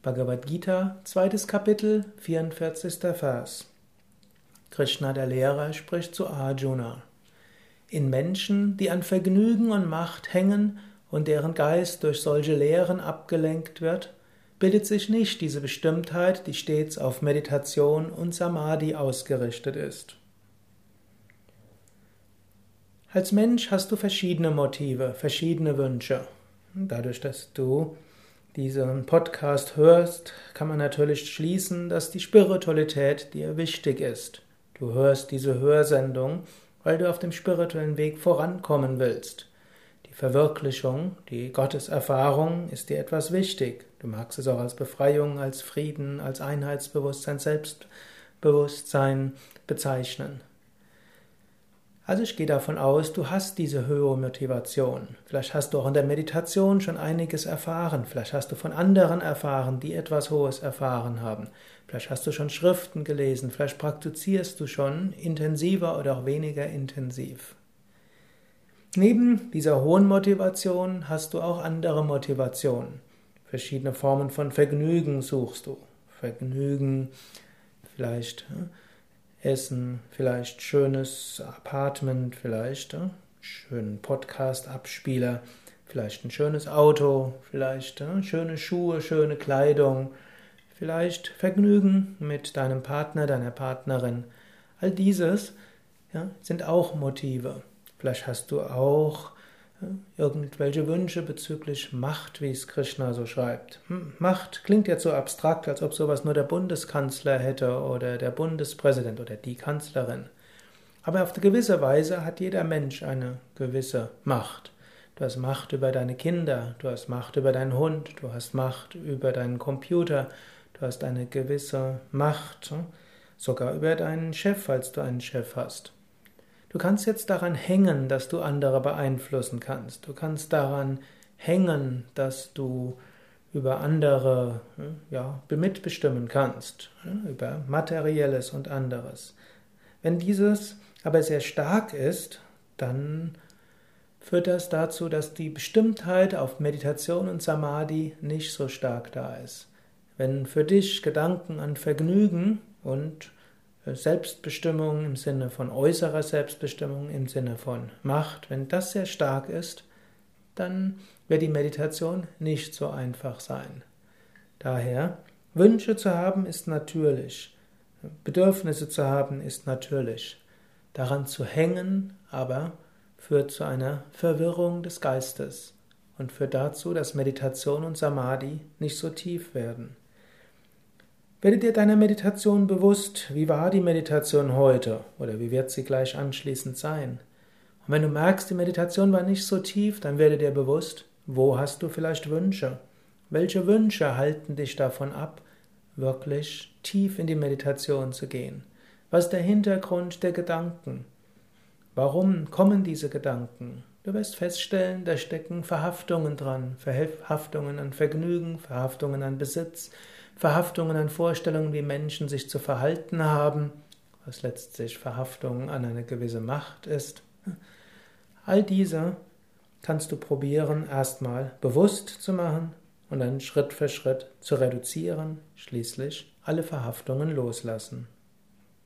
Bhagavad Gita, 2. Kapitel, 44. Vers. Krishna, der Lehrer, spricht zu Arjuna: In Menschen, die an Vergnügen und Macht hängen und deren Geist durch solche Lehren abgelenkt wird, bildet sich nicht diese Bestimmtheit, die stets auf Meditation und Samadhi ausgerichtet ist. Als Mensch hast du verschiedene Motive, verschiedene Wünsche. Dadurch, dass du diesen Podcast hörst, kann man natürlich schließen, dass die Spiritualität dir wichtig ist. Du hörst diese Hörsendung, weil du auf dem spirituellen Weg vorankommen willst. Die Verwirklichung, die Gotteserfahrung ist dir etwas wichtig. Du magst es auch als Befreiung, als Frieden, als Einheitsbewusstsein, Selbstbewusstsein bezeichnen. Also ich gehe davon aus, du hast diese höhere Motivation. Vielleicht hast du auch in der Meditation schon einiges erfahren. Vielleicht hast du von anderen erfahren, die etwas Hohes erfahren haben. Vielleicht hast du schon Schriften gelesen. Vielleicht praktizierst du schon intensiver oder auch weniger intensiv. Neben dieser hohen Motivation hast du auch andere Motivationen. Verschiedene Formen von Vergnügen suchst du. Vergnügen, vielleicht Essen, vielleicht schönes Apartment, vielleicht schönen Podcast-Abspieler, vielleicht ein schönes Auto, vielleicht schöne Schuhe, schöne Kleidung, vielleicht Vergnügen mit deinem Partner, deiner Partnerin. All dieses sind auch Motive. Vielleicht hast du auch irgendwelche Wünsche bezüglich Macht, wie es Krishna so schreibt. Macht klingt jetzt so abstrakt, als ob sowas nur der Bundeskanzler hätte oder der Bundespräsident oder die Kanzlerin. Aber auf eine gewisse Weise hat jeder Mensch eine gewisse Macht. Du hast Macht über deine Kinder, du hast Macht über deinen Hund, du hast Macht über deinen Computer, du hast eine gewisse Macht, sogar über deinen Chef, falls du einen Chef hast. Du kannst jetzt daran hängen, dass du andere beeinflussen kannst. Du kannst daran hängen, dass du über andere mitbestimmen kannst, über Materielles und anderes. Wenn dieses aber sehr stark ist, dann führt das dazu, dass die Bestimmtheit auf Meditation und Samadhi nicht so stark da ist. Wenn für dich Gedanken an Vergnügen und Selbstbestimmung im Sinne von äußerer Selbstbestimmung, im Sinne von Macht, wenn das sehr stark ist, dann wird die Meditation nicht so einfach sein. Daher, Wünsche zu haben ist natürlich, Bedürfnisse zu haben ist natürlich. Daran zu hängen aber führt zu einer Verwirrung des Geistes und führt dazu, dass Meditation und Samadhi nicht so tief werden. Werde dir deiner Meditation bewusst, wie war die Meditation heute oder wie wird sie gleich anschließend sein. Und wenn du merkst, die Meditation war nicht so tief, dann werde dir bewusst, wo hast du vielleicht Wünsche? Welche Wünsche halten dich davon ab, wirklich tief in die Meditation zu gehen? Was ist der Hintergrund der Gedanken? Warum kommen diese Gedanken? Du wirst feststellen, da stecken Verhaftungen dran, Verhaftungen an Vergnügen, Verhaftungen an Besitz, Verhaftungen an Vorstellungen, wie Menschen sich zu verhalten haben, was letztlich Verhaftung an eine gewisse Macht ist. All diese kannst du probieren, erstmal bewusst zu machen und dann Schritt für Schritt zu reduzieren, schließlich alle Verhaftungen loslassen.